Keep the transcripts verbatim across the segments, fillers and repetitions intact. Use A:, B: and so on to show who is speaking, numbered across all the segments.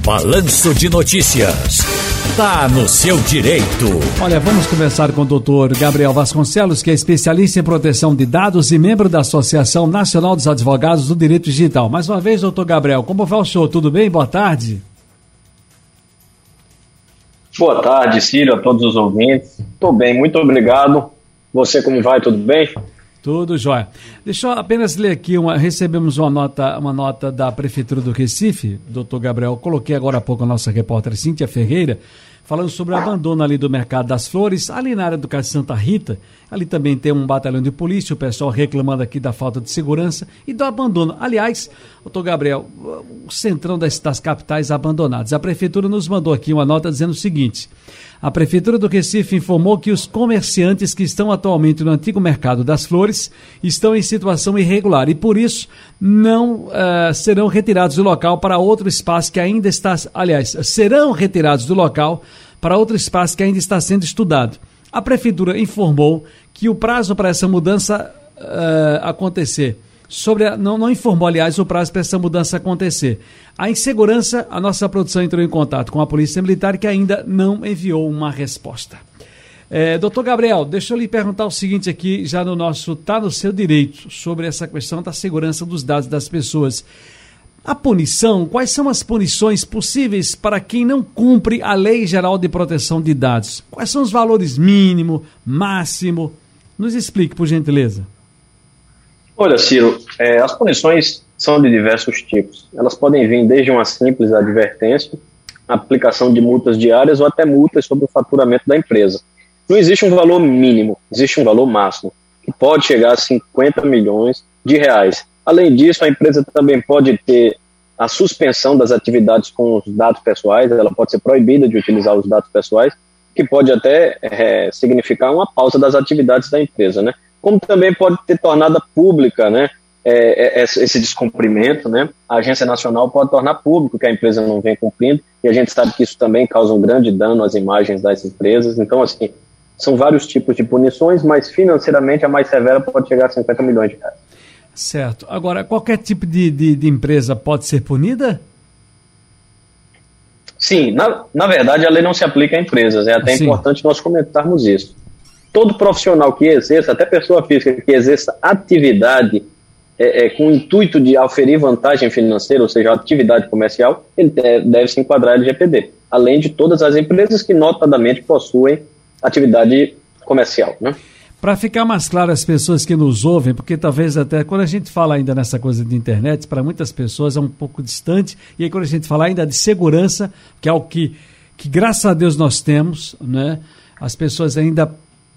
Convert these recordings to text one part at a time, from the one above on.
A: Balanço de Notícias. Tá no seu direito.
B: Olha, vamos conversar com o doutor Gabriel Vasconcelos, que é especialista em proteção de dados e membro da Associação Nacional dos Advogados do Direito Digital. Mais uma vez, doutor Gabriel, como vai o senhor? Tudo bem? Boa tarde.
C: Boa tarde, Ciro, a todos os ouvintes. Estou bem, muito obrigado. Você, como vai? Tudo bem?
B: Tudo jóia. Deixa eu apenas ler aqui, uma, recebemos uma nota, uma nota da Prefeitura do Recife, doutor Gabriel, coloquei agora há pouco a nossa repórter Cíntia Ferreira, falando sobre o abandono ali do Mercado das Flores, ali na área do Cais Santa Rita. Ali também tem um batalhão de polícia, o pessoal reclamando aqui da falta de segurança e do abandono. Aliás, doutor Gabriel, o centrão das, das capitais abandonadas. A Prefeitura nos mandou aqui uma nota dizendo o seguinte: a Prefeitura do Recife informou que os comerciantes que estão atualmente no antigo Mercado das Flores estão em situação irregular e, por isso, não uh, serão retirados do local para outro espaço que ainda está... Aliás, serão retirados do local para outro espaço que ainda está sendo estudado. A Prefeitura informou que o prazo para essa mudança uh, acontecer... Sobre a, não, não informou, aliás, o prazo para essa mudança acontecer. A insegurança, a nossa produção entrou em contato com a Polícia Militar, que ainda não enviou uma resposta. É, doutor Gabriel, deixa eu lhe perguntar o seguinte aqui, já no nosso Tá no Seu Direito, sobre essa questão da segurança dos dados das pessoas. A punição, quais são as punições possíveis para quem não cumpre a Lei Geral de Proteção de Dados? Quais são os valores mínimo, máximo? Nos explique, por gentileza.
C: Olha, Ciro, é, as punições são de diversos tipos. Elas podem vir desde uma simples advertência, aplicação de multas diárias ou até multas sobre o faturamento da empresa. Não existe um valor mínimo, existe um valor máximo, que pode chegar a cinquenta milhões de reais. Além disso, a empresa também pode ter a suspensão das atividades com os dados pessoais, ela pode ser proibida de utilizar os dados pessoais, que pode até é, significar uma pausa das atividades da empresa, né? Como também pode ter tornada pública, né, é, é, esse descumprimento, né? A Agência Nacional pode tornar público que a empresa não vem cumprindo, e a gente sabe que isso também causa um grande dano às imagens das empresas. Então, assim, são vários tipos de punições, mas financeiramente a mais severa pode chegar a cinquenta milhões de reais.
B: Certo. Agora, qualquer tipo de, de, de empresa pode ser punida?
C: Sim, na, na verdade a lei não se aplica a empresas, é até Sim. importante nós comentarmos isso. Todo profissional que exerça, até pessoa física que exerça atividade é, é, com o intuito de oferir vantagem financeira, ou seja, atividade comercial, ele deve, deve se enquadrar L G P D, além de todas as empresas que notadamente possuem atividade comercial, né?
B: Para ficar mais claro às pessoas que nos ouvem, porque talvez até quando a gente fala ainda nessa coisa de internet, para muitas pessoas é um pouco distante, e aí quando a gente fala ainda de segurança, que é o que, que graças a Deus nós temos, né? As pessoas ainda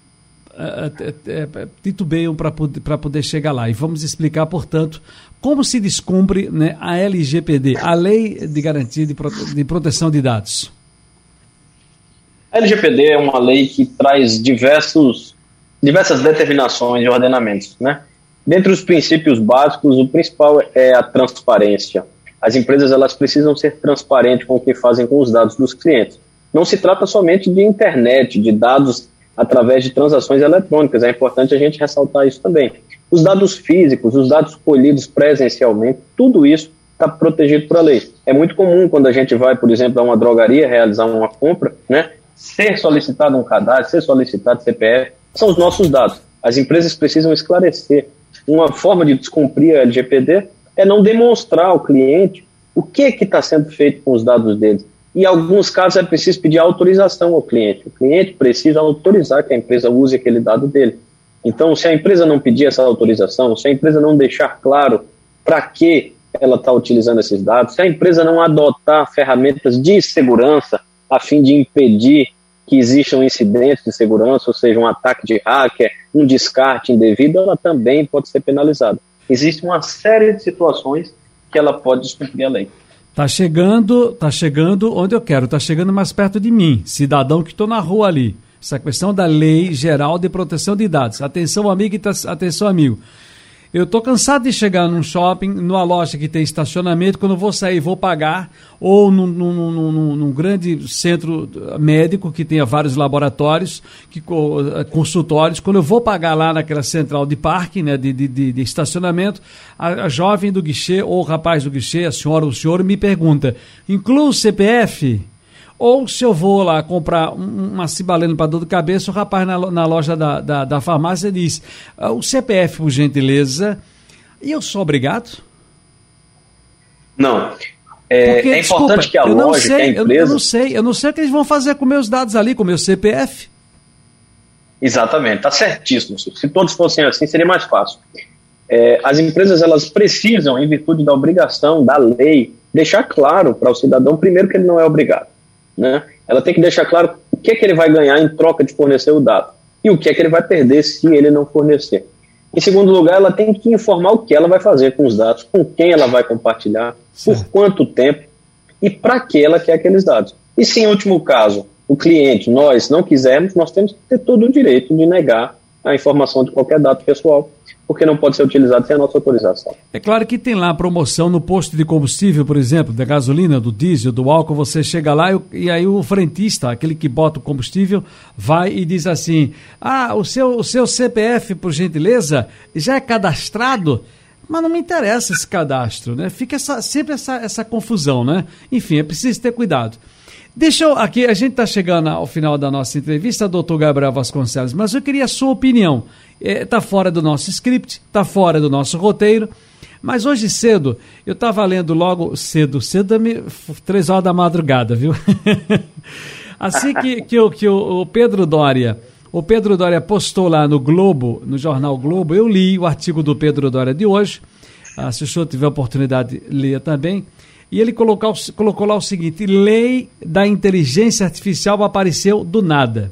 B: titubeiam para poder, para poder chegar lá. E vamos explicar, portanto, como se descumpre, né, a L G P D, a Lei de Garantia de, Prote- de Proteção de Dados.
C: A L G P D é uma lei que traz diversos, diversas determinações e ordenamentos, né? Dentre os princípios básicos, o principal é a transparência. As empresas elas precisam ser transparentes com o que fazem com os dados dos clientes. Não se trata somente de internet, de dados através de transações eletrônicas, é importante a gente ressaltar isso também. Os dados físicos, os dados colhidos presencialmente, tudo isso está protegido por a lei. É muito comum quando a gente vai, por exemplo, a uma drogaria realizar uma compra, né, ser solicitado um cadastro, ser solicitado C P F, são os nossos dados. As empresas precisam esclarecer. Uma forma de descumprir a L G P D é não demonstrar ao cliente o que que está sendo feito com os dados deles. E em alguns casos é preciso pedir autorização ao cliente. O cliente precisa autorizar que a empresa use aquele dado dele. Então, se a empresa não pedir essa autorização, se a empresa não deixar claro para que ela está utilizando esses dados, se a empresa não adotar ferramentas de segurança a fim de impedir que existam incidentes de segurança, ou seja, um ataque de hacker, um descarte indevido, ela também pode ser penalizada. Existe uma série de situações que ela pode descumprir a lei.
B: Tá chegando, tá chegando onde eu quero, tá chegando mais perto de mim, cidadão que estou na rua ali. Essa questão da Lei Geral de Proteção de Dados. Atenção, amigo, e atenção, amigo. Eu tô cansado de chegar num shopping, numa loja que tem estacionamento, quando eu vou sair vou pagar, ou num, num, num, num grande centro médico que tenha vários laboratórios, que, consultórios, quando eu vou pagar lá naquela central de parque, né, de, de, de, de estacionamento, a, a jovem do guichê, ou o rapaz do guichê, a senhora ou o senhor, me pergunta, inclui o C P F? Ou se eu vou lá comprar uma cibalena para dor de cabeça, o rapaz na, na loja da, da, da farmácia diz, o C P F, por gentileza, e eu sou obrigado?
C: Não. É, Porque, é
B: desculpa,
C: importante que a loja, sei, que a empresa...
B: Eu, eu não sei, eu não sei o que eles vão fazer com meus dados ali, com o meu C P F.
C: Exatamente, está certíssimo. Se todos fossem assim, seria mais fácil. É, as empresas, elas precisam, em virtude da obrigação, da lei, deixar claro para o cidadão, primeiro, que ele não é obrigado. Né? Ela tem que deixar claro o que é que ele vai ganhar em troca de fornecer o dado e o que é que ele vai perder se ele não fornecer. Em segundo lugar, ela tem que informar o que ela vai fazer com os dados, com quem ela vai compartilhar, Sim. por quanto tempo e para que ela quer aqueles dados. E se, em último caso, o cliente, nós, não quisermos, nós temos que ter todo o direito de negar a informação de qualquer dado pessoal, porque não pode ser utilizado sem a nossa autorização.
B: É claro que tem lá a promoção no posto de combustível, por exemplo, da gasolina, do diesel, do álcool, você chega lá e, e aí o frentista, aquele que bota o combustível, vai e diz assim, ah, o seu, o seu C P F, por gentileza, já é cadastrado? Mas não me interessa esse cadastro, né? Fica essa, sempre essa, essa confusão, né? Enfim, é preciso ter cuidado. Deixa eu, aqui, a gente está chegando ao final da nossa entrevista, doutor Gabriel Vasconcelos, mas eu queria a sua opinião. Está é, fora do nosso script, está fora do nosso roteiro, mas hoje cedo, eu estava lendo logo cedo, cedo, três horas da madrugada, viu? Assim que, que, o, que o, o Pedro Doria, o Pedro Doria postou lá no Globo, no jornal Globo, eu li o artigo do Pedro Doria de hoje, ah, se o senhor tiver a oportunidade, leia também. E ele colocou, colocou lá o seguinte, lei da inteligência artificial apareceu do nada.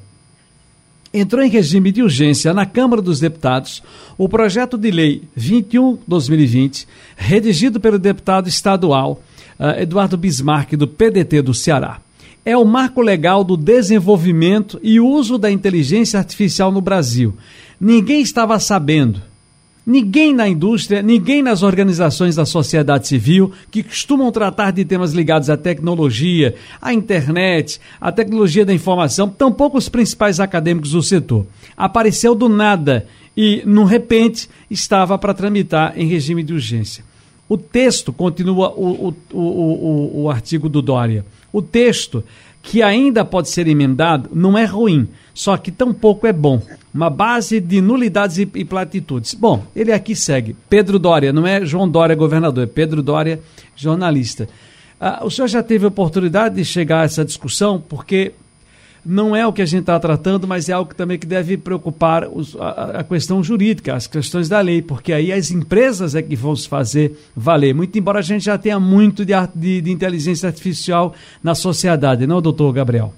B: Entrou em regime de urgência na Câmara dos Deputados o projeto de lei vinte e um barra dois mil e vinte, redigido pelo deputado estadual uh, Eduardo Bismarck, do P D T do Ceará. É o marco legal do desenvolvimento e uso da inteligência artificial no Brasil. Ninguém estava sabendo. Ninguém na indústria, ninguém nas organizações da sociedade civil que costumam tratar de temas ligados à tecnologia, à internet, à tecnologia da informação, tampouco os principais acadêmicos do setor. Apareceu do nada e, no repente, estava para tramitar em regime de urgência. O texto, continua o, o, o, o, o artigo do Doria, o texto que ainda pode ser emendado não é ruim, só que tampouco é bom. Uma base de nulidades e, e platitudes. Bom, ele aqui segue. Pedro Doria, não é João Doria governador, é Pedro Doria jornalista. Ah, o senhor já teve a oportunidade de chegar a essa discussão, porque não é o que a gente está tratando, mas é algo que também que deve preocupar os, a, a questão jurídica, as questões da lei, porque aí as empresas é que vão se fazer valer, muito embora a gente já tenha muito de, de, de inteligência artificial na sociedade, não, doutor Gabriel?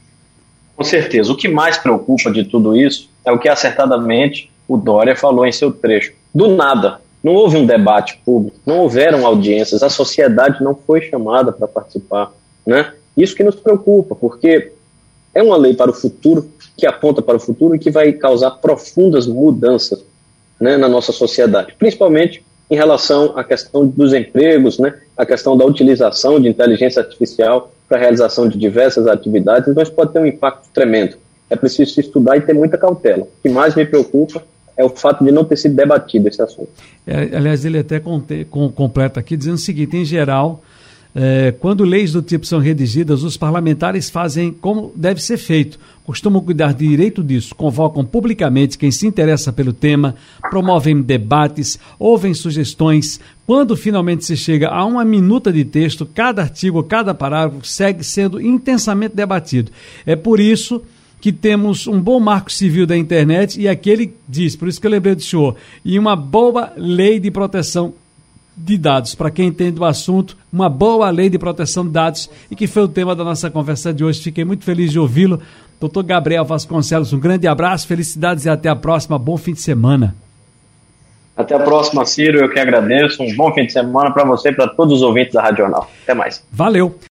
C: Com certeza. O que mais preocupa de tudo isso é o que acertadamente o Doria falou em seu trecho. Do nada, não houve um debate público, não houveram audiências, a sociedade não foi chamada para participar, né? Isso que nos preocupa, porque é uma lei para o futuro, que aponta para o futuro e que vai causar profundas mudanças, né, na nossa sociedade, principalmente em relação à questão dos empregos, né, a questão da utilização de inteligência artificial para a realização de diversas atividades. Então isso pode ter um impacto tremendo. É preciso se estudar e ter muita cautela. O que mais me preocupa é o fato de não ter sido debatido esse assunto. É,
B: aliás, ele até conte, com, completa aqui, dizendo o seguinte, em geral, é, quando leis do tipo são redigidas, os parlamentares fazem como deve ser feito, costumam cuidar de direito disso, convocam publicamente quem se interessa pelo tema, promovem debates, ouvem sugestões. Quando finalmente se chega a uma minuta de texto, cada artigo, cada parágrafo segue sendo intensamente debatido. É por isso que temos um bom marco civil da internet e aquele diz, por isso que eu lembrei do senhor, e uma boa lei de proteção de dados. Para quem entende do assunto, uma boa lei de proteção de dados, e que foi o tema da nossa conversa de hoje. Fiquei muito feliz de ouvi-lo. doutor Gabriel Vasconcelos, um grande abraço, felicidades e até a próxima. Bom fim de semana.
C: Até a próxima, Ciro. Eu que agradeço. Um bom fim de semana para você e para todos os ouvintes da Rádio Jornal. Até mais.
B: Valeu.